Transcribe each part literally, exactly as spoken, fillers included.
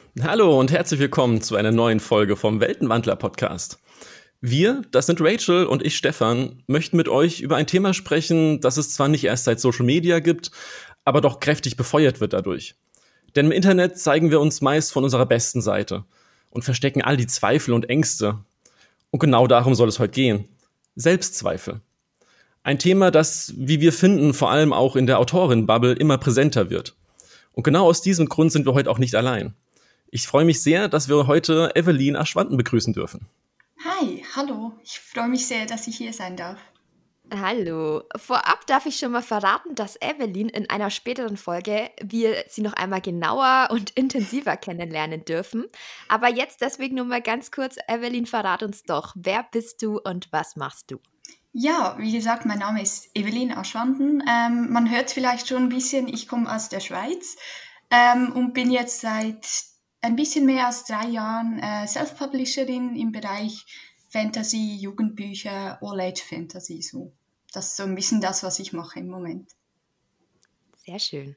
Hallo und herzlich willkommen zu einer neuen Folge vom Weltenwandler-Podcast. Wir, das sind Rachel und ich, Stefan, möchten mit euch über ein Thema sprechen, das es zwar nicht erst seit Social Media gibt, aber doch kräftig befeuert wird dadurch. Denn im Internet zeigen wir uns meist von unserer besten Seite und verstecken all die Zweifel und Ängste. Und genau darum soll es heute gehen. Selbstzweifel. Ein Thema, das, wie wir finden, vor allem auch in der Autorin-Bubble immer präsenter wird. Und genau aus diesem Grund sind wir heute auch nicht allein. Ich freue mich sehr, dass wir heute Evelyn Aschwanden begrüßen dürfen. Hi, hallo. Ich freue mich sehr, dass ich hier sein darf. Hallo. Vorab darf ich schon mal verraten, dass Evelyn in einer späteren Folge wir sie noch einmal genauer und intensiver kennenlernen dürfen. Aber jetzt deswegen nur mal ganz kurz, Evelyn, verrat uns doch, wer bist du und was machst du? Ja, wie gesagt, mein Name ist Evelyn Aschwanden. Ähm, man hört vielleicht schon ein bisschen, ich komme aus der Schweiz ähm, und bin jetzt seit ein bisschen mehr als drei Jahren äh, Self-Publisherin im Bereich Fantasy, Jugendbücher, All-Age-Fantasy. So. Das ist so ein bisschen das, was ich mache im Moment. Sehr schön.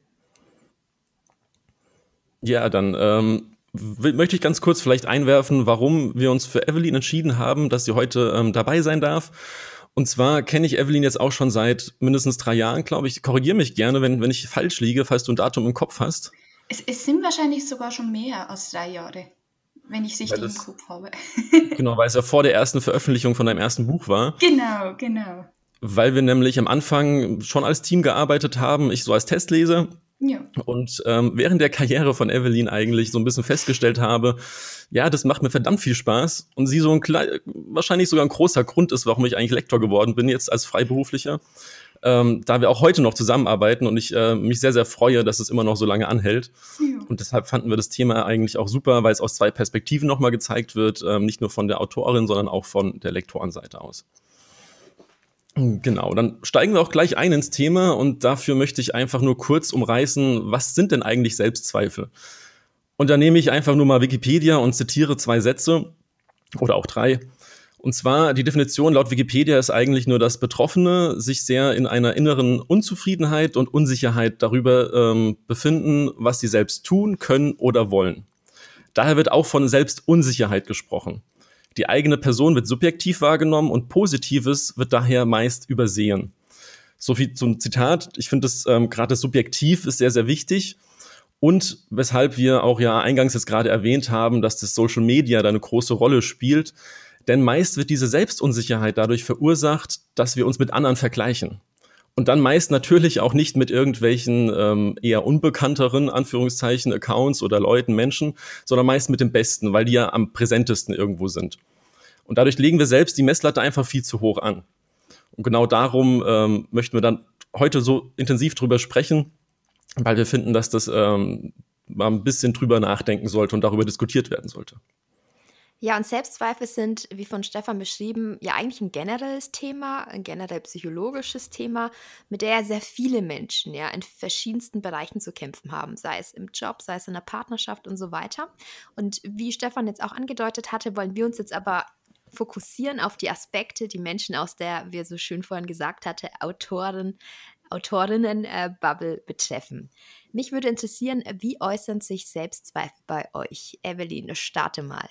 Ja, dann ähm, will, möchte ich ganz kurz vielleicht einwerfen, warum wir uns für Evelyn entschieden haben, dass sie heute ähm, dabei sein darf. Und zwar kenne ich Evelyn jetzt auch schon seit mindestens drei Jahren, glaube ich. Korrigiere mich gerne, wenn, wenn ich falsch liege, falls du ein Datum im Kopf hast. Es, es sind wahrscheinlich sogar schon mehr als drei Jahre, wenn ich es Weil richtig im das, Kopf habe. genau, weil es ja vor der ersten Veröffentlichung von deinem ersten Buch war. Genau, genau. Weil wir nämlich am Anfang schon als Team gearbeitet haben, ich so als Testleser. Ja. Und ähm, während der Karriere von Evelyn eigentlich so ein bisschen festgestellt habe, ja, das macht mir verdammt viel Spaß. Und sie so ein klein, wahrscheinlich sogar ein großer Grund ist, warum ich eigentlich Lektor geworden bin, jetzt als Freiberuflicher. Ähm, da wir auch heute noch zusammenarbeiten und ich äh, mich sehr, sehr freue, dass es immer noch so lange anhält. Ja. Und deshalb fanden wir das Thema eigentlich auch super, weil es aus zwei Perspektiven nochmal gezeigt wird, ähm, nicht nur von der Autorin, sondern auch von der Lektorenseite aus. Genau, dann steigen wir auch gleich ein ins Thema und dafür möchte ich einfach nur kurz umreißen, was sind denn eigentlich Selbstzweifel? Und da nehme ich einfach nur mal Wikipedia und zitiere zwei Sätze oder auch drei. Und zwar, die Definition laut Wikipedia ist eigentlich nur, dass Betroffene sich sehr in einer inneren Unzufriedenheit und Unsicherheit darüber ähm, befinden, was sie selbst tun, können oder wollen. Daher wird auch von Selbstunsicherheit gesprochen. Die eigene Person wird subjektiv wahrgenommen und Positives wird daher meist übersehen. So viel zum Zitat. Ich finde, das ähm, gerade das Subjektiv ist sehr, sehr wichtig. Und weshalb wir auch ja eingangs jetzt gerade erwähnt haben, dass das Social Media da eine große Rolle spielt. Denn meist wird diese Selbstunsicherheit dadurch verursacht, dass wir uns mit anderen vergleichen. Und dann meist natürlich auch nicht mit irgendwelchen ähm, eher unbekannteren, Anführungszeichen, Accounts oder Leuten, Menschen, sondern meist mit dem Besten, weil die ja am präsentesten irgendwo sind. Und dadurch legen wir selbst die Messlatte einfach viel zu hoch an. Und genau darum ähm, möchten wir dann heute so intensiv drüber sprechen, weil wir finden, dass das ähm, mal ein bisschen drüber nachdenken sollte und darüber diskutiert werden sollte. Ja, und Selbstzweifel sind, wie von Stefan beschrieben, ja eigentlich ein generelles Thema, ein generell psychologisches Thema, mit der ja sehr viele Menschen ja in verschiedensten Bereichen zu kämpfen haben, sei es im Job, sei es in der Partnerschaft und so weiter. Und wie Stefan jetzt auch angedeutet hatte, wollen wir uns jetzt aber fokussieren auf die Aspekte, die Menschen aus der, wie er so schön vorhin gesagt hatte, Autoren, Autorinnen-Bubble betreffen. Mich würde interessieren, wie äußern sich Selbstzweifel bei euch? Evelyn, starte mal.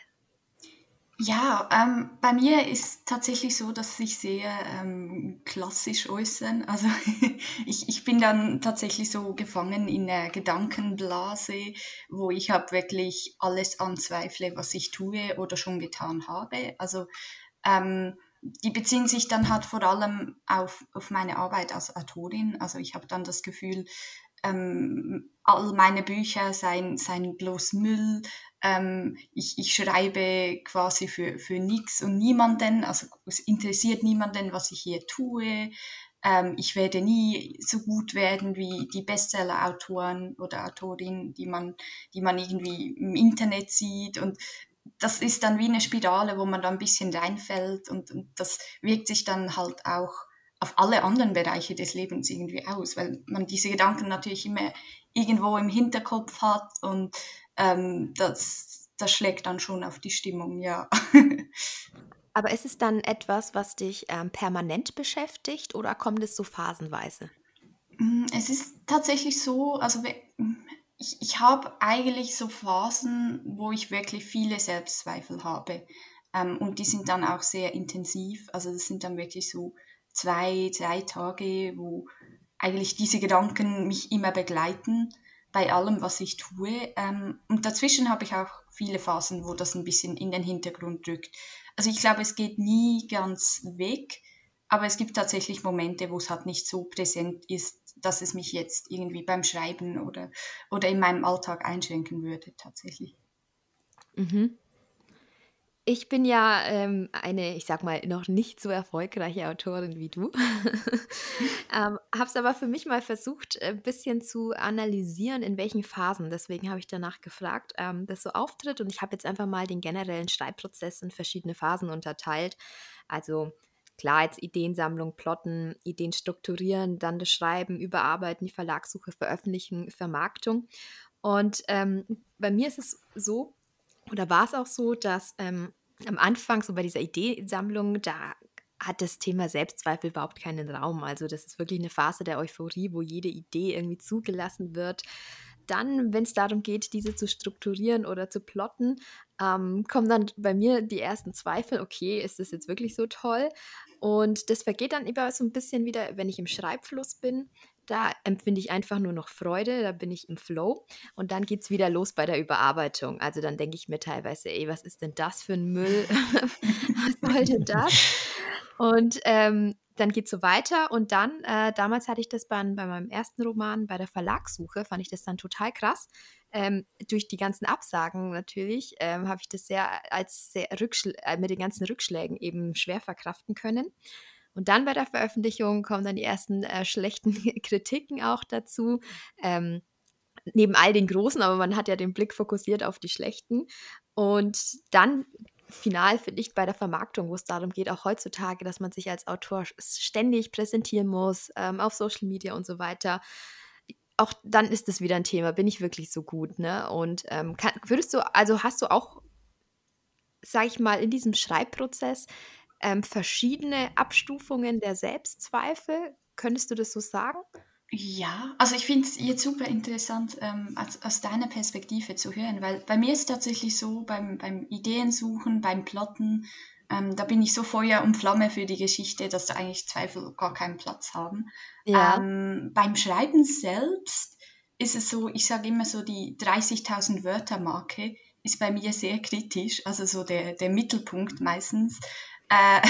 Ja, ähm, bei mir ist tatsächlich so, dass sich sehr ähm, klassisch äußern. Also ich, ich bin dann tatsächlich so gefangen in der Gedankenblase, wo ich halt wirklich alles anzweifle, was ich tue oder schon getan habe. Also ähm, die beziehen sich dann halt vor allem auf, auf meine Arbeit als Autorin. Also ich habe dann das Gefühl, ähm, all meine Bücher seien, seien bloß Müll. Ähm, ich, ich schreibe quasi für, für nichts und niemanden, also es interessiert niemanden, was ich hier tue. Ähm, ich werde nie so gut werden wie die Bestseller-Autoren oder Autorinnen, die man, die man irgendwie im Internet sieht. Und das ist dann wie eine Spirale, wo man da ein bisschen reinfällt und, und das wirkt sich dann halt auch auf alle anderen Bereiche des Lebens irgendwie aus, weil man diese Gedanken natürlich immer irgendwo im Hinterkopf hat und ähm, das, das schlägt dann schon auf die Stimmung, ja. Aber ist es dann etwas, was dich ähm, permanent beschäftigt oder kommt es so phasenweise? Mm, Es ist tatsächlich so, also ich, ich habe eigentlich so Phasen, wo ich wirklich viele Selbstzweifel habe. Ähm, und die sind dann auch sehr intensiv. Also das sind dann wirklich so zwei, drei Tage, wo eigentlich diese Gedanken mich immer begleiten bei allem, was ich tue. Ähm, und dazwischen habe ich auch viele Phasen, wo das ein bisschen in den Hintergrund rückt. Also ich glaube, es geht nie ganz weg, aber es gibt tatsächlich Momente, wo es halt nicht so präsent ist, dass es mich jetzt irgendwie beim Schreiben oder, oder in meinem Alltag einschränken würde, tatsächlich. Mhm. Ich bin ja ähm, eine, ich sag mal, noch nicht so erfolgreiche Autorin wie du. ähm, habe es aber für mich mal versucht, ein bisschen zu analysieren, in welchen Phasen, deswegen habe ich danach gefragt, ähm, das so auftritt. Und ich habe jetzt einfach mal den generellen Schreibprozess in verschiedene Phasen unterteilt. Also klar, jetzt Ideensammlung, Plotten, Ideen strukturieren, dann das Schreiben, Überarbeiten, die Verlagssuche, Veröffentlichen, Vermarktung. Und ähm, bei mir ist es so, oder war es auch so, dass ähm, am Anfang, so bei dieser Ideensammlung, da hat das Thema Selbstzweifel überhaupt keinen Raum. Also das ist wirklich eine Phase der Euphorie, wo jede Idee irgendwie zugelassen wird. Dann, wenn es darum geht, diese zu strukturieren oder zu plotten, ähm, kommen dann bei mir die ersten Zweifel, okay, ist das jetzt wirklich so toll? Und das vergeht dann immer so ein bisschen wieder, wenn ich im Schreibfluss bin. Da empfinde ich einfach nur noch Freude, da bin ich im Flow. Und dann geht's wieder los bei der Überarbeitung. Also dann denke ich mir teilweise, ey, was ist denn das für ein Müll? Was soll denn das? Und ähm, dann geht's so weiter. Und dann, äh, damals hatte ich das bei, bei meinem ersten Roman, bei der Verlagssuche, fand ich das dann total krass. Ähm, durch die ganzen Absagen natürlich ähm, habe ich das sehr als sehr Rückschl äh, mit den ganzen Rückschlägen eben schwer verkraften können. Und dann bei der Veröffentlichung kommen dann die ersten äh, schlechten Kritiken auch dazu. Ähm, neben all den großen, aber man hat ja den Blick fokussiert auf die schlechten. Und dann final finde ich bei der Vermarktung, wo es darum geht, auch heutzutage, dass man sich als Autor ständig präsentieren muss, ähm, auf Social Media und so weiter. Auch dann ist es wieder ein Thema, bin ich wirklich so gut, ne? Und ähm, kann, würdest du, also hast du auch, sag ich mal, in diesem Schreibprozess ähm, verschiedene Abstufungen der Selbstzweifel? Könntest du das so sagen? Ja, also ich finde es jetzt super interessant, ähm, aus, aus deiner Perspektive zu hören, weil bei mir ist es tatsächlich so, beim, beim Ideensuchen, beim Plotten, ähm, da bin ich so Feuer und Flamme für die Geschichte, dass da eigentlich Zweifel gar keinen Platz haben. Ja. Ähm, beim Schreiben selbst ist es so, ich sage immer so, die dreißigtausend Wörter Marke ist bei mir sehr kritisch, also so der, der Mittelpunkt meistens. Äh,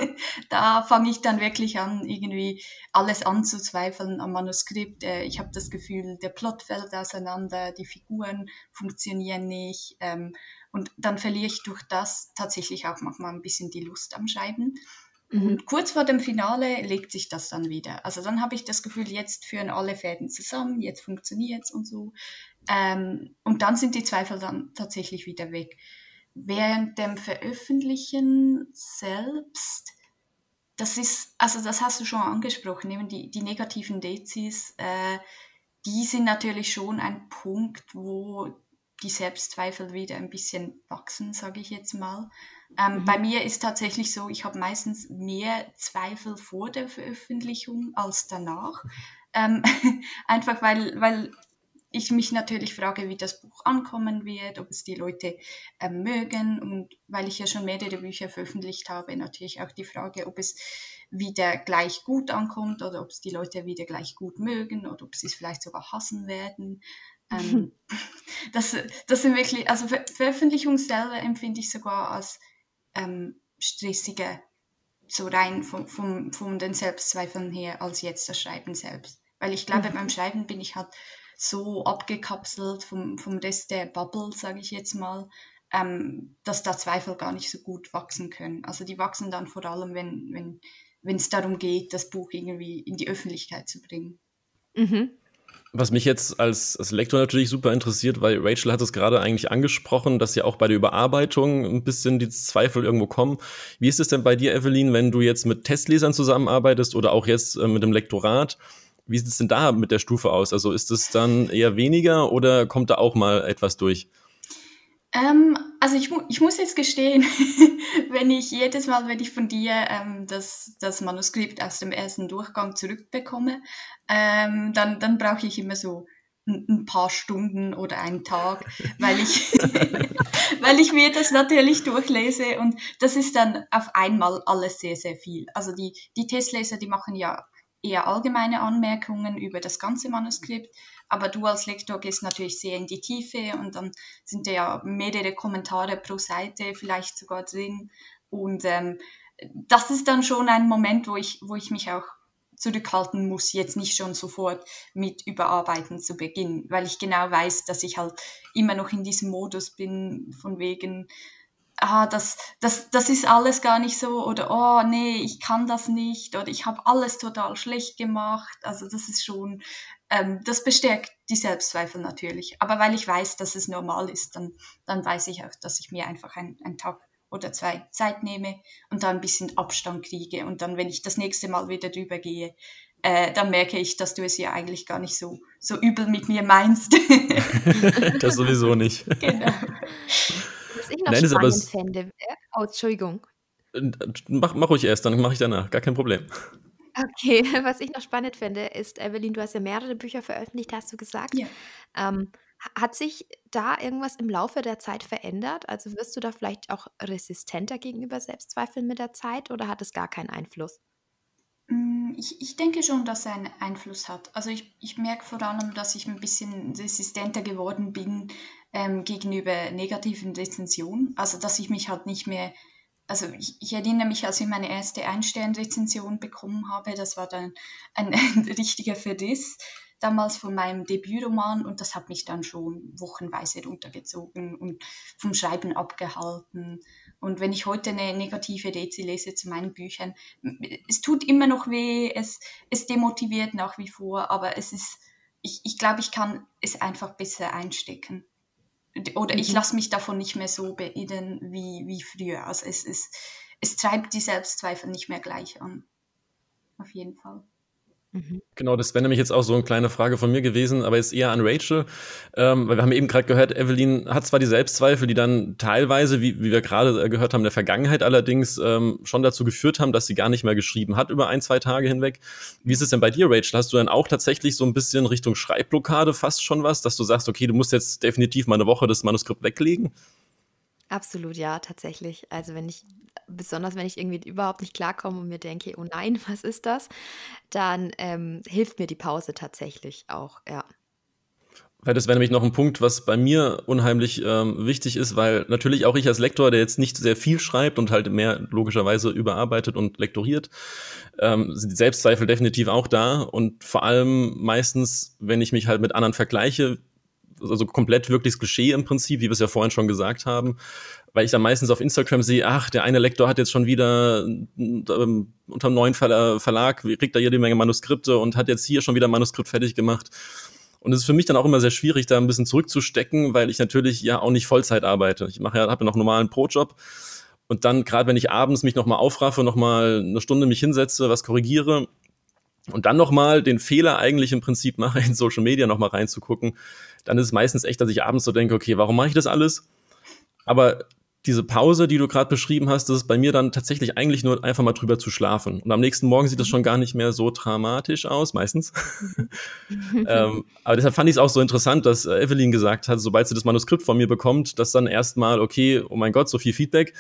da fange ich dann wirklich an, irgendwie alles anzuzweifeln am Manuskript. Äh, ich habe das Gefühl, der Plot fällt auseinander, die Figuren funktionieren nicht. Ähm, und dann verliere ich durch das tatsächlich auch manchmal ein bisschen die Lust am Schreiben. Mhm. Und kurz vor dem Finale legt sich das dann wieder. Also dann habe ich das Gefühl, jetzt führen alle Fäden zusammen, jetzt funktioniert es und so. Ähm, und dann sind die Zweifel dann tatsächlich wieder weg. Während dem Veröffentlichen selbst, das ist, also das hast du schon angesprochen, eben die, die negativen Dezis, äh, die sind natürlich schon ein Punkt, wo die Selbstzweifel wieder ein bisschen wachsen, sage ich jetzt mal. Ähm, bei Mhm. mir ist tatsächlich so, ich habe meistens mehr Zweifel vor der Veröffentlichung als danach. Ähm, einfach weil, weil ich mich natürlich frage, wie das Buch ankommen wird, ob es die Leute äh, mögen. Und weil ich ja schon mehrere Bücher veröffentlicht habe, natürlich auch die Frage, ob es wieder gleich gut ankommt oder ob es die Leute wieder gleich gut mögen oder ob sie es vielleicht sogar hassen werden. Ähm, das, das sind wirklich, also Ver Veröffentlichung selber empfinde ich sogar als ähm, stressiger, so rein von, von, von den Selbstzweifeln her, als jetzt das Schreiben selbst. Weil ich glaube, beim Mhm. Schreiben bin ich halt so abgekapselt vom, vom Rest der Bubble, sage ich jetzt mal, ähm, dass da Zweifel gar nicht so gut wachsen können. Also die wachsen dann vor allem, wenn, wenn, wenn es darum geht, das Buch irgendwie in die Öffentlichkeit zu bringen. Mhm. Was mich jetzt als, als Lektor natürlich super interessiert, weil Rachel hat es gerade eigentlich angesprochen, dass ja auch bei der Überarbeitung ein bisschen die Zweifel irgendwo kommen. Wie ist es denn bei dir, Evelyn, wenn du jetzt mit Testlesern zusammenarbeitest oder auch jetzt äh, mit dem Lektorat? Wie sieht es denn da mit der Stufe aus? Also ist es dann eher weniger oder kommt da auch mal etwas durch? Ähm, also ich, mu ich muss jetzt gestehen, wenn ich jedes Mal, wenn ich von dir ähm, das, das Manuskript aus dem ersten Durchgang zurückbekomme, ähm, dann, dann brauche ich immer so ein, ein paar Stunden oder einen Tag, weil ich, weil ich mir das natürlich durchlese und das ist dann auf einmal alles sehr, sehr viel. Also die, die Testleser, die machen ja eher allgemeine Anmerkungen über das ganze Manuskript, aber du als Lektor gehst natürlich sehr in die Tiefe und dann sind da ja mehrere Kommentare pro Seite vielleicht sogar drin und ähm, das ist dann schon ein Moment, wo ich, wo ich mich auch zurückhalten muss, jetzt nicht schon sofort mit Überarbeiten zu beginnen, weil ich genau weiß, dass ich halt immer noch in diesem Modus bin, von wegen, ah, das, das, das ist alles gar nicht so oder oh nee, ich kann das nicht oder ich habe alles total schlecht gemacht. Also das ist schon, ähm, das bestärkt die Selbstzweifel natürlich. Aber weil ich weiß, dass es normal ist, dann, dann weiß ich auch, dass ich mir einfach ein, einen Tag oder zwei Zeit nehme und da ein bisschen Abstand kriege. Und dann, wenn ich das nächste Mal wieder drüber gehe, äh, dann merke ich, dass du es ja eigentlich gar nicht so, so übel mit mir meinst. Das sowieso nicht. Genau. Was ich noch Nein, ist aber spannend s- fände, äh, oh, Entschuldigung. Mach, mach ruhig erst, dann mache ich danach. Gar kein Problem. Okay, was ich noch spannend finde, ist, Evelyn, du hast ja mehrere Bücher veröffentlicht, hast du gesagt. Ja. Ähm, ha- hat sich da irgendwas im Laufe der Zeit verändert? Also wirst du da vielleicht auch resistenter gegenüber Selbstzweifeln mit der Zeit oder hat es gar keinen Einfluss? Mm, Ich, ich denke schon, dass er einen Einfluss hat. Also ich, ich merke vor allem, dass ich ein bisschen resistenter geworden bin ähm, gegenüber negativen Rezensionen. Also dass ich mich halt nicht mehr, also ich, ich erinnere mich, als ich meine erste Ein-Stern-Rezension bekommen habe, das war dann ein, ein richtiger Verdiss, damals von meinem Debütroman und das hat mich dann schon wochenweise runtergezogen und vom Schreiben abgehalten. Und wenn ich heute eine negative Rezi lese zu meinen Büchern, es tut immer noch weh, es, es demotiviert nach wie vor, aber es ist, ich, ich glaube, ich kann es einfach besser einstecken. Oder ich Mhm. lasse mich davon nicht mehr so beirren wie, wie früher. Also es, es, es treibt die Selbstzweifel nicht mehr gleich an. Auf jeden Fall. Mhm. Genau, das wäre nämlich jetzt auch so eine kleine Frage von mir gewesen, aber jetzt eher an Rachel, ähm, weil wir haben eben gerade gehört, Evelyn hat zwar die Selbstzweifel, die dann teilweise, wie, wie wir gerade gehört haben, in der Vergangenheit allerdings ähm, schon dazu geführt haben, dass sie gar nicht mehr geschrieben hat über ein, zwei Tage hinweg. Wie ist es denn bei dir, Rachel? Hast du dann auch tatsächlich so ein bisschen Richtung Schreibblockade fast schon was, dass du sagst, okay, du musst jetzt definitiv mal eine Woche das Manuskript weglegen? Absolut, ja, tatsächlich. Also wenn ich, besonders wenn ich irgendwie überhaupt nicht klarkomme und mir denke, oh nein, was ist das? Dann ähm, hilft mir die Pause tatsächlich auch, ja. Weil das wäre nämlich noch ein Punkt, was bei mir unheimlich ähm, wichtig ist, weil natürlich auch ich als Lektor, der jetzt nicht sehr viel schreibt und halt mehr logischerweise überarbeitet und lektoriert, ähm, sind die Selbstzweifel definitiv auch da und vor allem meistens, wenn ich mich halt mit anderen vergleiche, also komplett wirklich das Klischee im Prinzip, wie wir es ja vorhin schon gesagt haben, weil ich dann meistens auf Instagram sehe, ach, der eine Lektor hat jetzt schon wieder ähm, unter einem neuen Verla- Verlag, kriegt da jede Menge Manuskripte und hat jetzt hier schon wieder ein Manuskript fertig gemacht. Und es ist für mich dann auch immer sehr schwierig, da ein bisschen zurückzustecken, weil ich natürlich ja auch nicht Vollzeit arbeite. Ich mache ja, habe ja noch einen normalen Projob. Und dann, gerade wenn ich abends mich nochmal aufraffe, nochmal eine Stunde mich hinsetze, was korrigiere und dann nochmal den Fehler eigentlich im Prinzip mache, in Social Media nochmal reinzugucken, dann ist es meistens echt, dass ich abends so denke, okay, warum mache ich das alles? Aber diese Pause, die du gerade beschrieben hast, das ist bei mir dann tatsächlich eigentlich nur einfach mal drüber zu schlafen. Und am nächsten Morgen sieht das schon gar nicht mehr so dramatisch aus, meistens. Mhm. ähm, aber deshalb fand ich es auch so interessant, dass äh, Evelyn gesagt hat, sobald sie das Manuskript von mir bekommt, dass dann erstmal, okay, oh mein Gott, so viel Feedback.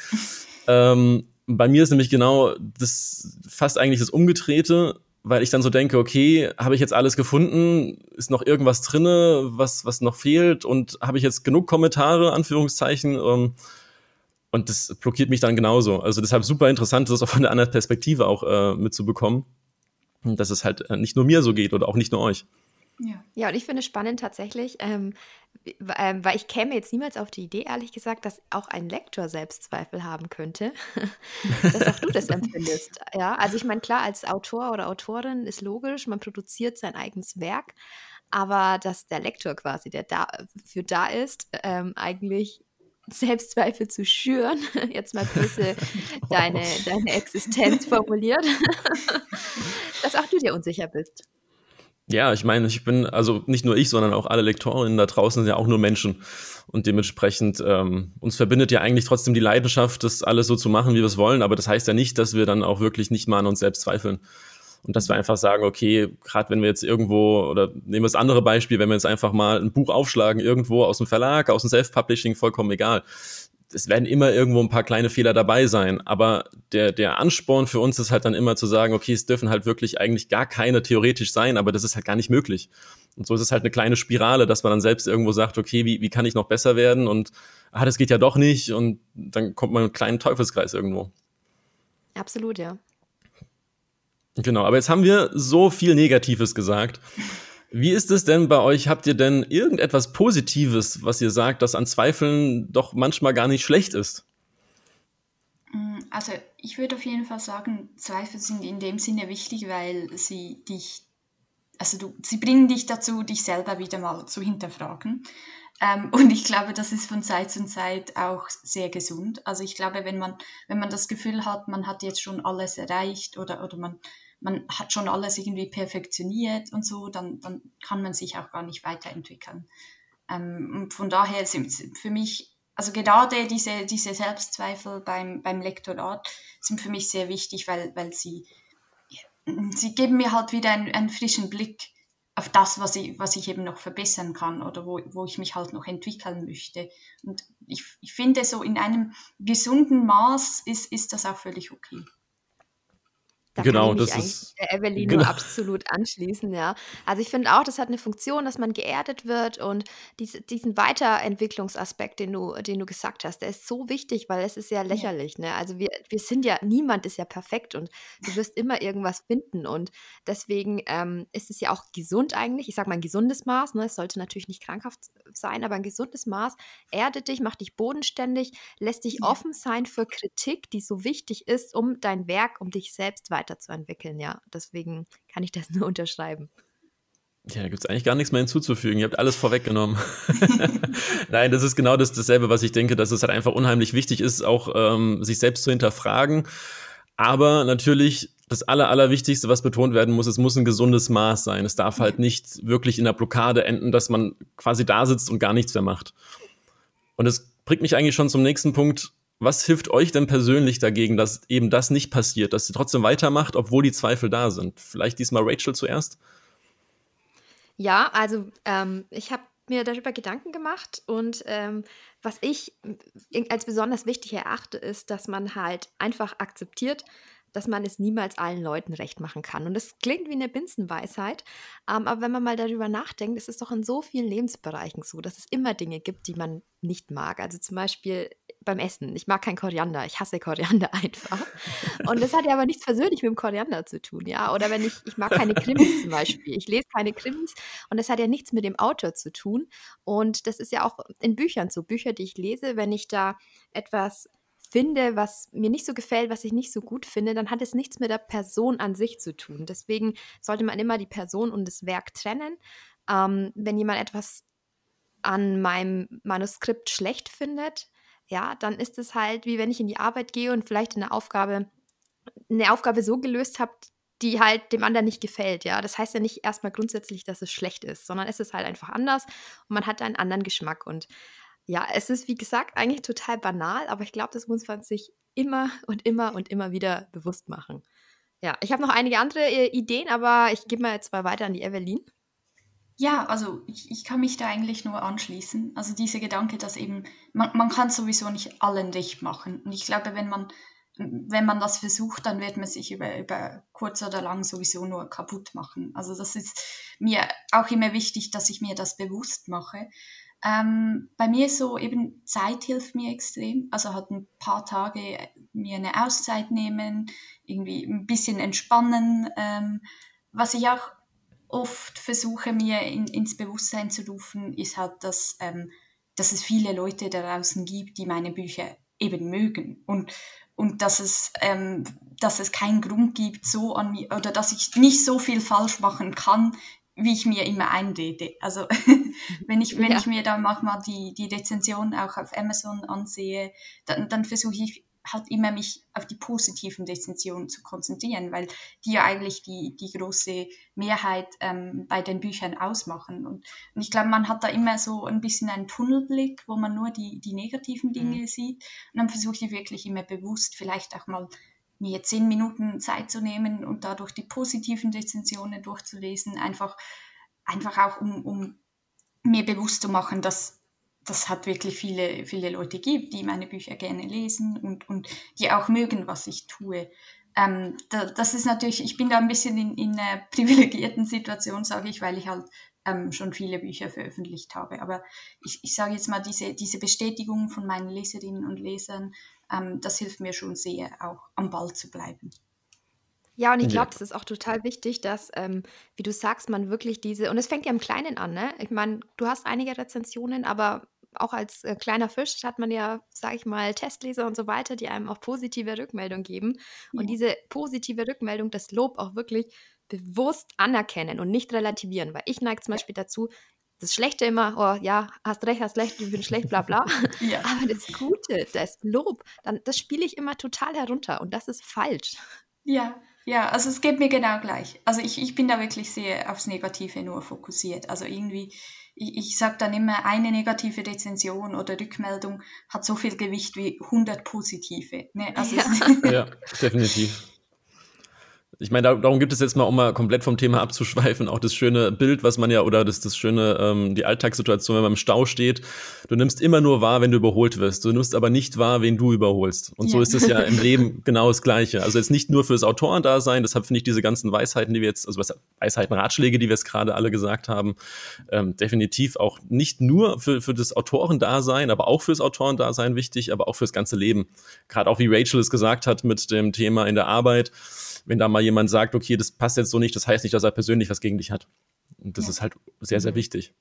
Ähm, bei mir ist nämlich genau das fast eigentlich das Umgedrehte, weil ich dann so denke, okay, habe ich jetzt alles gefunden? Ist noch irgendwas drinne, was, was noch fehlt? Und habe ich jetzt genug Kommentare, Anführungszeichen? Ähm, und das blockiert mich dann genauso. Also deshalb super interessant, das auch von der anderen Perspektive auch äh, mitzubekommen, dass es halt äh, nicht nur mir so geht oder auch nicht nur euch. Ja. Ja, und ich finde es spannend tatsächlich, ähm, w- ähm, weil ich käme jetzt niemals auf die Idee, ehrlich gesagt, dass auch ein Lektor Selbstzweifel haben könnte, dass auch du das empfindest. Ja, also ich meine, klar, als Autor oder Autorin ist logisch, man produziert sein eigenes Werk, aber dass der Lektor quasi, der dafür da ist, ähm, eigentlich Selbstzweifel zu schüren, jetzt mal böse deine, deine Existenz formuliert, dass auch du dir unsicher bist. Ja, ich meine, ich bin, also nicht nur ich, sondern auch alle Lektorinnen da draußen sind ja auch nur Menschen. Und dementsprechend, ähm, uns verbindet ja eigentlich trotzdem die Leidenschaft, das alles so zu machen, wie wir es wollen. Aber das heißt ja nicht, dass wir dann auch wirklich nicht mal an uns selbst zweifeln. Und dass wir einfach sagen, okay, gerade wenn wir jetzt irgendwo, oder nehmen wir das andere Beispiel, wenn wir jetzt einfach mal ein Buch aufschlagen, irgendwo aus dem Verlag, aus dem Self-Publishing, vollkommen egal. Es werden immer irgendwo ein paar kleine Fehler dabei sein, aber der, der Ansporn für uns ist halt dann immer zu sagen, okay, es dürfen halt wirklich eigentlich gar keine theoretisch sein, aber das ist halt gar nicht möglich. Und so ist es halt eine kleine Spirale, dass man dann selbst irgendwo sagt, okay, wie, wie kann ich noch besser werden? Und ah, das geht ja doch nicht. Und dann kommt man in einen kleinen Teufelskreis irgendwo. Absolut, ja. Genau, aber jetzt haben wir so viel Negatives gesagt. Wie ist es denn bei euch? Habt ihr denn irgendetwas Positives, was ihr sagt, das an Zweifeln doch manchmal gar nicht schlecht ist? Also ich würde auf jeden Fall sagen, Zweifel sind in dem Sinne wichtig, weil sie dich, also du, sie bringen dich dazu, dich selber wieder mal zu hinterfragen. Ähm, und ich glaube, das ist von Zeit zu Zeit auch sehr gesund. Also ich glaube, wenn man, wenn man das Gefühl hat, man hat jetzt schon alles erreicht oder, oder man, man hat schon alles irgendwie perfektioniert und so, dann, dann kann man sich auch gar nicht weiterentwickeln. Ähm, und von daher sind für mich, also gerade diese, diese Selbstzweifel beim, beim Lektorat sind für mich sehr wichtig, weil, weil sie, sie geben mir halt wieder einen, einen frischen Blick auf das, was ich, was ich eben noch verbessern kann oder wo, wo ich mich halt noch entwickeln möchte. Und ich, ich finde, so in einem gesunden Maß ist, ist das auch völlig okay. Da kann ich Genau, mich das eigentlich ist, der Evelyn genau. nur absolut anschließen, ja. Also ich finde auch, das hat eine Funktion, dass man geerdet wird und diese, diesen Weiterentwicklungsaspekt, den du, den du gesagt hast, der ist so wichtig, weil es ist ja Ja, lächerlich, ne? Also wir, wir sind ja, niemand ist ja perfekt und du wirst immer irgendwas finden und deswegen ähm, ist es ja auch gesund eigentlich. Ich sage mal ein gesundes Maß, ne? Es sollte natürlich nicht krankhaft sein, aber ein gesundes Maß erdet dich, macht dich bodenständig, lässt dich ja. offen sein für Kritik, die so wichtig ist, um dein Werk, um dich selbst weiterzuentwickeln. Ja, deswegen kann ich das nur unterschreiben. Ja, da gibt's eigentlich gar nichts mehr hinzuzufügen. Ihr habt alles vorweggenommen. Nein, das ist genau das, dasselbe, was ich denke, dass es halt einfach unheimlich wichtig ist, auch ähm, sich selbst zu hinterfragen. Aber natürlich, das Aller, Allerwichtigste, was betont werden muss, es muss ein gesundes Maß sein. Es darf Ja. halt nicht wirklich in der Blockade enden, dass man quasi da sitzt und gar nichts mehr macht. Und es bringt mich eigentlich schon zum nächsten Punkt. Was hilft euch denn persönlich dagegen, dass eben das nicht passiert, dass ihr trotzdem weitermacht, obwohl die Zweifel da sind? Vielleicht diesmal Rachel zuerst? Ja, also ähm, ich habe mir darüber Gedanken gemacht und ähm, was ich äh, als besonders wichtig erachte, ist, dass man halt einfach akzeptiert, dass man es niemals allen Leuten recht machen kann. Und das klingt wie eine Binsenweisheit, ähm, aber wenn man mal darüber nachdenkt, ist es doch in so vielen Lebensbereichen so, dass es immer Dinge gibt, die man nicht mag. Also zum Beispiel beim Essen. Ich mag kein Koriander. Ich hasse Koriander einfach. Und das hat ja aber nichts persönlich mit dem Koriander zu tun, ja. Oder wenn ich, ich mag keine Krimis zum Beispiel. Ich lese keine Krimis und das hat ja nichts mit dem Autor zu tun. Und das ist ja auch in Büchern so. Bücher, die ich lese, wenn ich da etwas finde, was mir nicht so gefällt, was ich nicht so gut finde, dann hat es nichts mit der Person an sich zu tun. Deswegen sollte man immer die Person und das Werk trennen. Ähm, wenn jemand etwas an meinem Manuskript schlecht findet, ja, dann ist es halt, wie wenn ich in die Arbeit gehe und vielleicht eine Aufgabe, eine Aufgabe so gelöst habe, die halt dem anderen nicht gefällt, ja. Das heißt ja nicht erstmal grundsätzlich, dass es schlecht ist, sondern es ist halt einfach anders und man hat einen anderen Geschmack. Und ja, es ist, wie gesagt, eigentlich total banal, aber ich glaube, das muss man sich immer und immer und immer wieder bewusst machen. Ja, ich habe noch einige andere äh, Ideen, aber ich gebe mal jetzt mal weiter an die Evelyn. Ja, also ich, ich kann mich da eigentlich nur anschließen. Also dieser Gedanke, dass eben, man, man kann sowieso nicht allen recht machen. Und ich glaube, wenn man, wenn man das versucht, dann wird man sich über, über kurz oder lang sowieso nur kaputt machen. Also das ist mir auch immer wichtig, dass ich mir das bewusst mache. Ähm, bei mir ist so eben Zeit hilft mir extrem. Also halt ein paar Tage mir eine Auszeit nehmen, irgendwie ein bisschen entspannen. Ähm, was ich auch oft versuche, mir in, ins Bewusstsein zu rufen, ist halt, dass, ähm, dass es viele Leute da draußen gibt, die meine Bücher eben mögen. Und, und dass, es, ähm, dass es keinen Grund gibt, so an mir, oder dass ich nicht so viel falsch machen kann, wie ich mir immer einrede. Also wenn ich, wenn ich Ja. mir da manchmal die, die Rezension auch auf Amazon ansehe, dann, dann versuche ich halt immer mich auf die positiven Rezensionen zu konzentrieren, weil die ja eigentlich die, die große Mehrheit ähm, bei den Büchern ausmachen. Und, und ich glaube, man hat da immer so ein bisschen einen Tunnelblick, wo man nur die, die negativen Dinge Mhm. sieht. Und dann versuche ich wirklich immer bewusst vielleicht auch mal mir zehn Minuten Zeit zu nehmen und dadurch die positiven Rezensionen durchzulesen, einfach, einfach auch um, um mir bewusst zu machen, dass das hat wirklich viele, viele Leute gibt, die meine Bücher gerne lesen und, und die auch mögen, was ich tue. Ähm, da, das ist natürlich, ich bin da ein bisschen in, in einer privilegierten Situation, sage ich, weil ich halt ähm, schon viele Bücher veröffentlicht habe. Aber ich, ich sage jetzt mal, diese, diese Bestätigung von meinen Leserinnen und Lesern, ähm, das hilft mir schon sehr, auch am Ball zu bleiben. Ja, und ich Ja. glaube, das ist auch total wichtig, dass, ähm, wie du sagst, man wirklich diese, und es fängt ja im Kleinen an, ne? Ich meine, du hast einige Rezensionen, aber auch als äh, kleiner Fisch hat man ja, sag ich mal, Testleser und so weiter, die einem auch positive Rückmeldung geben. Und Ja. diese positive Rückmeldung, das Lob auch wirklich bewusst anerkennen und nicht relativieren. Weil ich neige zum Beispiel dazu, das Schlechte immer, oh ja, hast recht, hast recht, ich bin schlecht, bla bla. Ja. Aber das Gute, das Lob, dann, das spiele ich immer total herunter und das ist falsch. Ja, ja, also es geht mir genau gleich. Also ich, ich bin da wirklich sehr aufs Negative nur fokussiert. Also irgendwie, ich, ich sage dann immer, eine negative Rezension oder Rückmeldung hat so viel Gewicht wie hundert positive. Ne? Also Ja. es, Ja, definitiv. Ich meine, da, darum gibt es jetzt mal, um mal komplett vom Thema abzuschweifen, auch das schöne Bild, was man ja, oder das, das schöne, ähm, die Alltagssituation, wenn man im Stau steht. Du nimmst immer nur wahr, wenn du überholt wirst. Du nimmst aber nicht wahr, wen du überholst. Und so Ja. ist es ja im Leben genau das Gleiche. Also jetzt nicht nur fürs Autorendasein, deshalb finde ich diese ganzen Weisheiten, die wir jetzt, also was, Weisheiten, Ratschläge, die wir jetzt gerade alle gesagt haben, ähm, definitiv auch nicht nur für, für das Autorendasein, aber auch fürs Autorendasein wichtig, aber auch fürs ganze Leben. Gerade auch wie Rachel es gesagt hat mit dem Thema in der Arbeit. Wenn da mal jemand sagt, okay, das passt jetzt so nicht, das heißt nicht, dass er persönlich was gegen dich hat. Und das Ja. ist halt sehr, sehr Mhm. wichtig.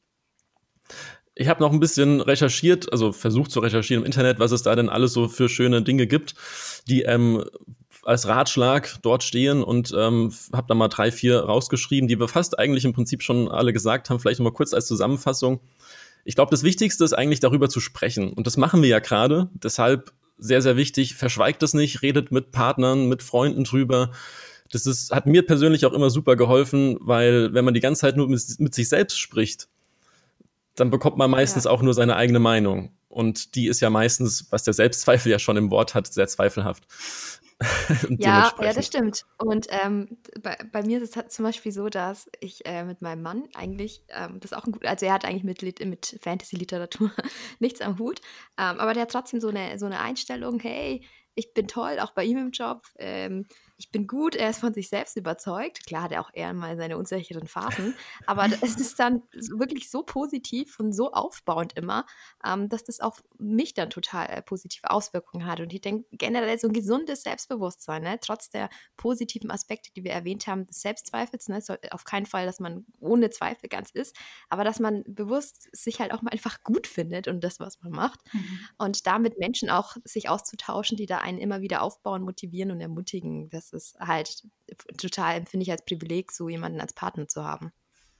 Ich habe noch ein bisschen recherchiert, also versucht zu recherchieren im Internet, was es da denn alles so für schöne Dinge gibt, die ähm, als Ratschlag dort stehen, und ähm, habe da mal drei, vier rausgeschrieben, die wir fast eigentlich im Prinzip schon alle gesagt haben. Vielleicht noch mal kurz als Zusammenfassung. Ich glaube, das Wichtigste ist eigentlich, darüber zu sprechen. Und das machen wir ja gerade. Deshalb sehr, sehr wichtig, verschweigt es nicht, redet mit Partnern, mit Freunden drüber. Das ist, hat mir persönlich auch immer super geholfen, weil wenn man die ganze Zeit nur mit, mit sich selbst spricht, dann bekommt man meistens Ja. auch nur seine eigene Meinung. Und die ist ja meistens, was der Selbstzweifel ja schon im Wort hat, sehr zweifelhaft. Und Ja, ja, das dementsprechend. stimmt. Und ähm, bei, bei mir ist es halt zum Beispiel so, dass ich äh, mit meinem Mann eigentlich, ähm, das ist auch ein gut, also er hat eigentlich mit, Lit- mit Fantasy-Literatur nichts am Hut, ähm, aber der hat trotzdem so eine, so eine Einstellung, hey, ich bin toll, auch bei ihm im Job, ähm, ich bin gut, er ist von sich selbst überzeugt. Klar hat er auch eher mal seine unsicheren Phasen, aber es ist dann so- wirklich so positiv und so aufbauend immer, ähm, dass das auf mich dann total äh, positive Auswirkungen hat. Und ich denke generell so ein gesundes Selbstbewusstsein, ne? Trotz der positiven Aspekte, die wir erwähnt haben, des Selbstzweifels, ne? Soll auf keinen Fall, dass man ohne Zweifel ganz ist, aber dass man bewusst sich halt auch mal einfach gut findet und das, was man macht. Mhm. Und da mit Menschen auch sich auszutauschen, die da einen immer wieder aufbauen, motivieren und ermutigen, das ist halt total, empfinde ich als Privileg, so jemanden als Partner zu haben.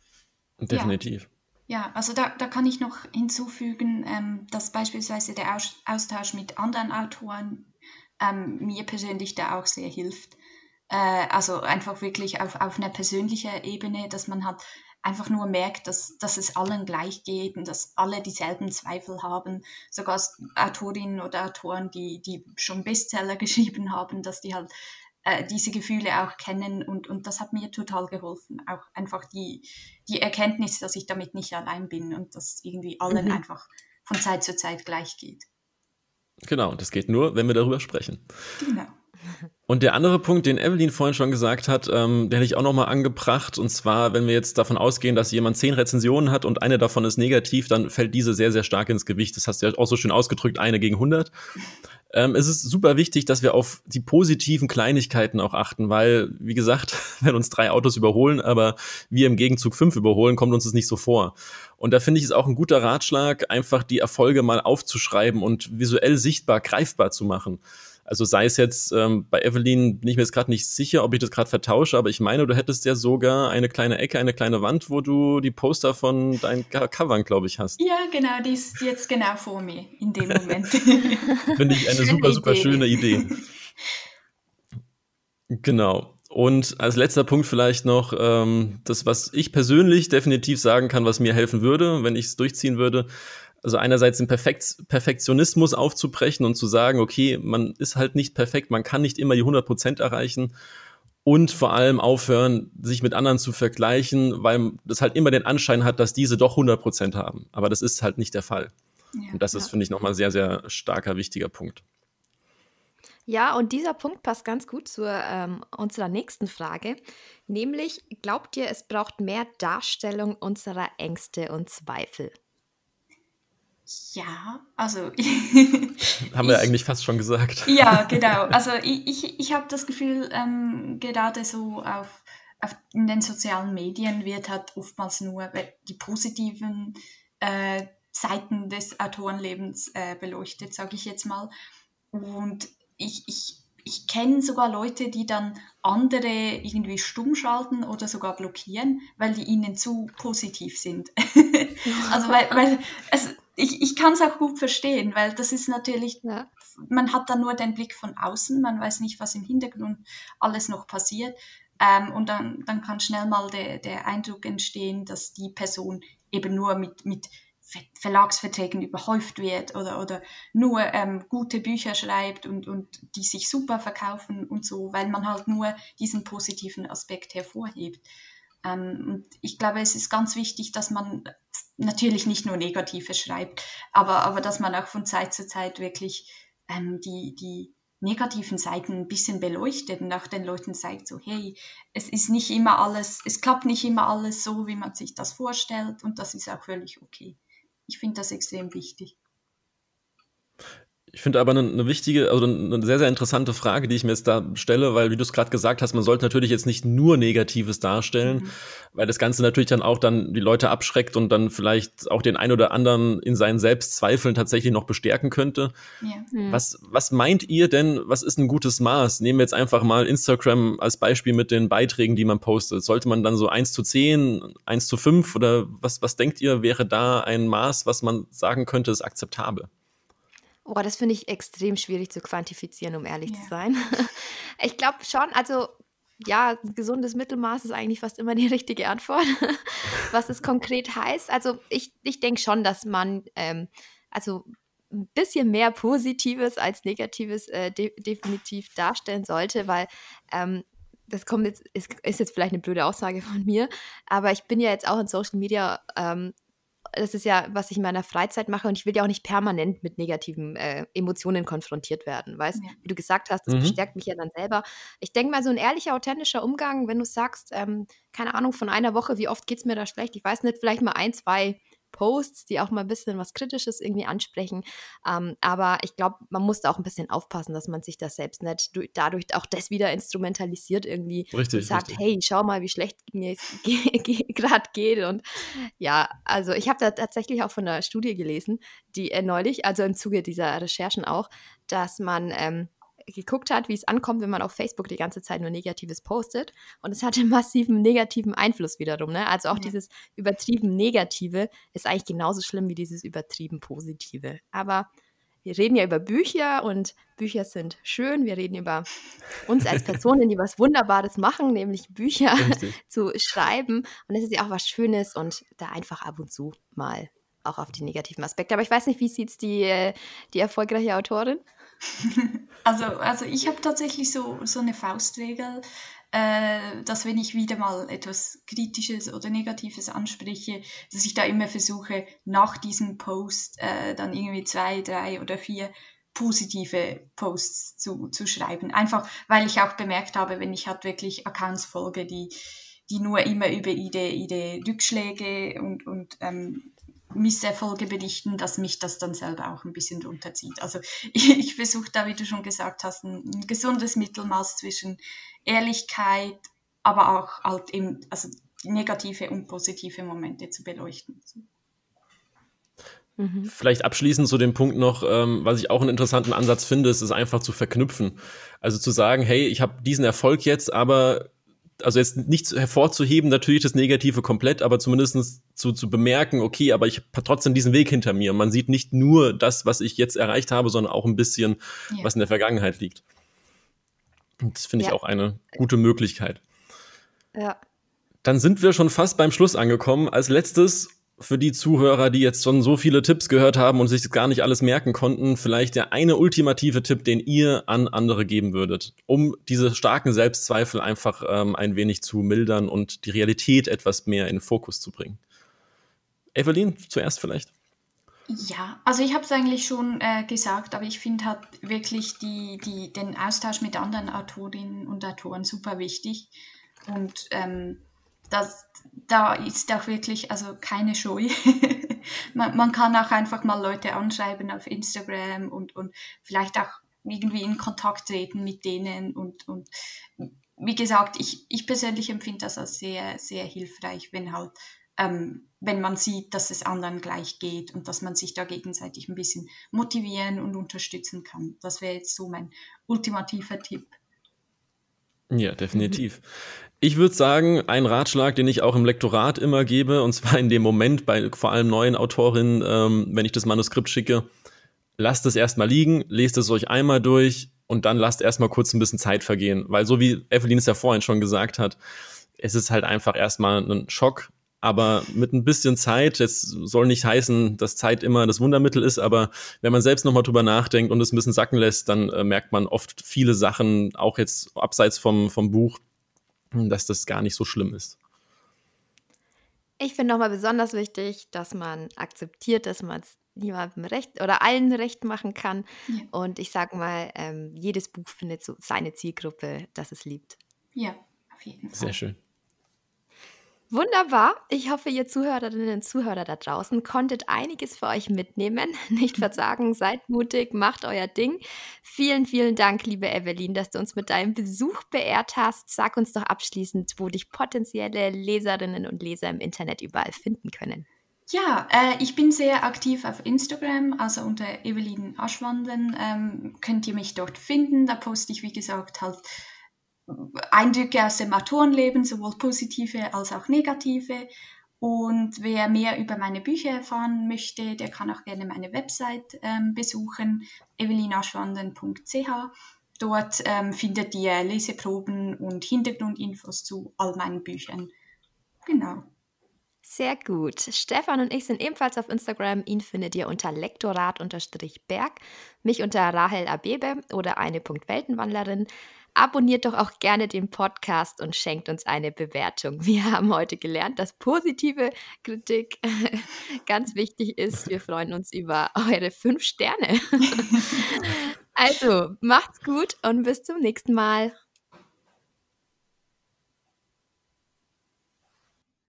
Ja. Definitiv. Ja, also da, da kann ich noch hinzufügen, ähm, dass beispielsweise der Aus Austausch mit anderen Autoren ähm, mir persönlich da auch sehr hilft. Äh, also einfach wirklich auf, auf einer persönlichen Ebene, dass man halt einfach nur merkt, dass, dass es allen gleich geht und dass alle dieselben Zweifel haben. Sogar Autorinnen oder Autoren, die, die schon Bestseller geschrieben haben, dass die halt äh, diese Gefühle auch kennen, und, und das hat mir total geholfen. Auch einfach die, die Erkenntnis, dass ich damit nicht allein bin und dass irgendwie allen Mhm. einfach von Zeit zu Zeit gleich geht. Genau, das geht nur, wenn wir darüber sprechen. Genau. Und der andere Punkt, den Evelyn vorhin schon gesagt hat, ähm, den hätte ich auch nochmal angebracht. Und zwar, wenn wir jetzt davon ausgehen, dass jemand zehn Rezensionen hat und eine davon ist negativ, dann fällt diese sehr, sehr stark ins Gewicht. Das hast du ja auch so schön ausgedrückt, eine gegen hundert. Ähm, es ist super wichtig, dass wir auf die positiven Kleinigkeiten auch achten, weil, wie gesagt, wenn uns drei Autos überholen, aber wir im Gegenzug fünf überholen, kommt uns das nicht so vor. Und da finde ich es auch ein guter Ratschlag, einfach die Erfolge mal aufzuschreiben und visuell sichtbar, greifbar zu machen. Also sei es jetzt, ähm, bei Evelyn bin ich mir jetzt gerade nicht sicher, ob ich das gerade vertausche, aber ich meine, du hättest ja sogar eine kleine Ecke, eine kleine Wand, wo du die Poster von deinen Co- Covern, glaube ich, hast. Ja, genau, die ist jetzt genau vor mir in dem Moment. Finde ich eine Schöne super, super Idee. schöne Idee. Genau. Und als letzter Punkt vielleicht noch ähm, das, was ich persönlich definitiv sagen kann, was mir helfen würde, wenn ich es durchziehen würde. Also einerseits den Perfekt- Perfektionismus aufzubrechen und zu sagen, okay, man ist halt nicht perfekt, man kann nicht immer die hundert Prozent erreichen und vor allem aufhören, sich mit anderen zu vergleichen, weil das halt immer den Anschein hat, dass diese doch hundert Prozent haben. Aber das ist halt nicht der Fall. Ja. Und das ist, Ja. finde ich, nochmal sehr, sehr starker, wichtiger Punkt. Ja, und dieser Punkt passt ganz gut zu ähm, unserer nächsten Frage, nämlich, glaubt ihr, es braucht mehr Darstellung unserer Ängste und Zweifel? Ja, also Haben wir ich, eigentlich fast schon gesagt. ja, genau. Also ich, ich, ich habe das Gefühl, ähm, gerade so auf, auf in den sozialen Medien wird halt oftmals nur die positiven äh, Seiten des Autorenlebens äh, beleuchtet, sage ich jetzt mal. Und ich, ich, ich kenne sogar Leute, die dann andere irgendwie stumm schalten oder sogar blockieren, weil die ihnen zu positiv sind. Also weil, weil es, ich, ich kann es auch gut verstehen, weil das ist natürlich, Ja. man hat dann nur den Blick von außen, man weiß nicht, was im Hintergrund alles noch passiert. Ähm, und dann, dann kann schnell mal der, der Eindruck entstehen, dass die Person eben nur mit, mit Verlagsverträgen überhäuft wird oder, oder nur ähm, gute Bücher schreibt und, und die sich super verkaufen und so, weil man halt nur diesen positiven Aspekt hervorhebt. Ähm, und ich glaube, es ist ganz wichtig, dass man natürlich nicht nur Negatives schreibt, aber, aber dass man auch von Zeit zu Zeit wirklich ähm, die, die negativen Seiten ein bisschen beleuchtet und auch den Leuten zeigt, so hey, es ist nicht immer alles, es klappt nicht immer alles so, wie man sich das vorstellt und das ist auch völlig okay. Ich finde das extrem wichtig. Ich finde aber eine, eine wichtige, also eine sehr, sehr interessante Frage, die ich mir jetzt da stelle, weil, wie du es gerade gesagt hast, man sollte natürlich jetzt nicht nur Negatives darstellen, Mhm. weil das Ganze natürlich dann auch dann die Leute abschreckt und dann vielleicht auch den einen oder anderen in seinen Selbstzweifeln tatsächlich noch bestärken könnte. Ja. Hm. Was, was meint ihr denn, was ist ein gutes Maß? Nehmen wir jetzt einfach mal Instagram als Beispiel mit den Beiträgen, die man postet. Sollte man dann so eins zu zehn, eins zu fünf oder was, was denkt ihr, wäre da ein Maß, was man sagen könnte, ist akzeptabel? Oh, das finde ich extrem schwierig zu quantifizieren, um ehrlich zu Ja. sein. Ich glaube schon, also ja, ein gesundes Mittelmaß ist eigentlich fast immer die richtige Antwort. Was es konkret heißt, also ich, ich denke schon, dass man ähm, also ein bisschen mehr Positives als Negatives äh, de definitiv darstellen sollte, weil ähm, das kommt jetzt, ist, ist jetzt vielleicht eine blöde Aussage von mir, aber ich bin ja jetzt auch in Social Media ähm, das ist ja, was ich in meiner Freizeit mache und ich will ja auch nicht permanent mit negativen äh, Emotionen konfrontiert werden, weißt? Ja. Wie du gesagt hast, das Mhm. bestärkt mich ja dann selber. Ich denke mal, so ein ehrlicher, authentischer Umgang, wenn du sagst, ähm, keine Ahnung, von einer Woche, wie oft geht's mir da schlecht? Ich weiß nicht, vielleicht mal ein, zwei Posts, die auch mal ein bisschen was Kritisches irgendwie ansprechen. Ähm, aber ich glaube, man muss da auch ein bisschen aufpassen, dass man sich das selbst nicht du- dadurch auch das wieder instrumentalisiert irgendwie und Richtig, sagt, richtig. hey, schau mal, wie schlecht mir es ge ge gerade geht. Und ja, also ich habe da tatsächlich auch von einer Studie gelesen, die äh, neulich, also im Zuge dieser Recherchen auch, dass man ähm, geguckt hat, wie es ankommt, wenn man auf Facebook die ganze Zeit nur Negatives postet. Und es hatte einen massiven negativen Einfluss wiederum. Ne? Also auch Ja. dieses übertrieben Negative ist eigentlich genauso schlimm wie dieses übertrieben Positive. Aber wir reden ja über Bücher und Bücher sind schön. Wir reden über uns als Personen, die was Wunderbares machen, nämlich Bücher Richtig. zu schreiben. Und das ist ja auch was Schönes und da einfach ab und zu mal auch auf die negativen Aspekte. Aber ich weiß nicht, wie sieht es die, äh, die erfolgreiche Autorin? Also, also ich habe tatsächlich so, so eine Faustregel, äh, dass wenn ich wieder mal etwas Kritisches oder Negatives anspreche, dass ich da immer versuche, nach diesem Post äh, dann irgendwie zwei, drei oder vier positive Posts zu, zu schreiben. Einfach, weil ich auch bemerkt habe, wenn ich halt wirklich Accounts folge, die, die nur immer über ihre, ihre Rückschläge und, und ähm, Misserfolge berichten, dass mich das dann selber auch ein bisschen runterzieht. Also ich, ich versuche da, wie du schon gesagt hast, ein, ein gesundes Mittelmaß zwischen Ehrlichkeit, aber auch halt eben, also negative und positive Momente zu beleuchten. Mhm. Vielleicht abschließend zu dem Punkt noch, ähm, was ich auch einen interessanten Ansatz finde, ist es einfach zu verknüpfen. Also zu sagen, hey, ich habe diesen Erfolg jetzt, aber also jetzt nicht hervorzuheben, natürlich das Negative komplett, aber zumindest zu, zu bemerken, okay, aber ich habe trotzdem diesen Weg hinter mir. Man sieht nicht nur das, was ich jetzt erreicht habe, sondern auch ein bisschen, Ja. was in der Vergangenheit liegt. Und das finde ich Ja. auch eine gute Möglichkeit. Ja. Dann sind wir schon fast beim Schluss angekommen. Als letztes für die Zuhörer, die jetzt schon so viele Tipps gehört haben und sich gar nicht alles merken konnten, vielleicht der eine ultimative Tipp, den ihr an andere geben würdet, um diese starken Selbstzweifel einfach ähm, ein wenig zu mildern und die Realität etwas mehr in den Fokus zu bringen. Evelyn, zuerst vielleicht? Ja, also ich habe es eigentlich schon äh, gesagt, aber ich finde halt wirklich die, die, den Austausch mit anderen Autorinnen und Autoren super wichtig. Und ähm, das, da ist auch wirklich also keine Scheu. man, man kann auch einfach mal Leute anschreiben auf Instagram und, und vielleicht auch irgendwie in Kontakt treten mit denen. Und, und wie gesagt, ich, ich persönlich empfinde das als sehr, sehr hilfreich, wenn halt Ähm, wenn man sieht, dass es anderen gleich geht und dass man sich da gegenseitig ein bisschen motivieren und unterstützen kann. Das wäre jetzt so mein ultimativer Tipp. Ja, definitiv. Ich würde sagen, ein Ratschlag, den ich auch im Lektorat immer gebe, und zwar in dem Moment bei vor allem neuen Autorinnen, ähm, wenn ich das Manuskript schicke, lasst es erstmal liegen, lest es euch einmal durch und dann lasst erstmal kurz ein bisschen Zeit vergehen. Weil so wie Evelyn es ja vorhin schon gesagt hat, es ist halt einfach erstmal ein Schock, aber mit ein bisschen Zeit, es soll nicht heißen, dass Zeit immer das Wundermittel ist, aber wenn man selbst nochmal drüber nachdenkt und es ein bisschen sacken lässt, dann äh, merkt man oft viele Sachen, auch jetzt abseits vom, vom Buch, dass das gar nicht so schlimm ist. Ich finde nochmal besonders wichtig, dass man akzeptiert, dass man es niemandem recht oder allen recht machen kann. Ja. Und ich sag mal, ähm, jedes Buch findet so seine Zielgruppe, das es liebt. Ja, auf jeden Fall. Sehr schön. Wunderbar. Ich hoffe, ihr Zuhörerinnen und Zuhörer da draußen konntet einiges für euch mitnehmen. Nicht verzagen, seid mutig, macht euer Ding. Vielen, vielen Dank, liebe Evelyn, dass du uns mit deinem Besuch beehrt hast. Sag uns doch abschließend, wo dich potenzielle Leserinnen und Leser im Internet überall finden können. Ja, äh, ich bin sehr aktiv auf Instagram, also unter Evelyn Aschwanden ähm, könnt ihr mich dort finden. Da poste ich, wie gesagt, halt Eindrücke aus dem Autorenleben, sowohl positive als auch negative. Und wer mehr über meine Bücher erfahren möchte, der kann auch gerne meine Website ähm, besuchen, evelyn aschwanden punkt c h. Dort ähm, findet ihr Leseproben und Hintergrundinfos zu all meinen Büchern. Genau. Sehr gut. Stefan und ich sind ebenfalls auf Instagram. Ihn findet ihr unter lektorat-berg, mich unter Rahel Abebe oder eine Punkt Weltenwandlerin. Abonniert doch auch gerne den Podcast und schenkt uns eine Bewertung. Wir haben heute gelernt, dass positive Kritik ganz wichtig ist. Wir freuen uns über eure fünf Sterne. Also, macht's gut und bis zum nächsten Mal.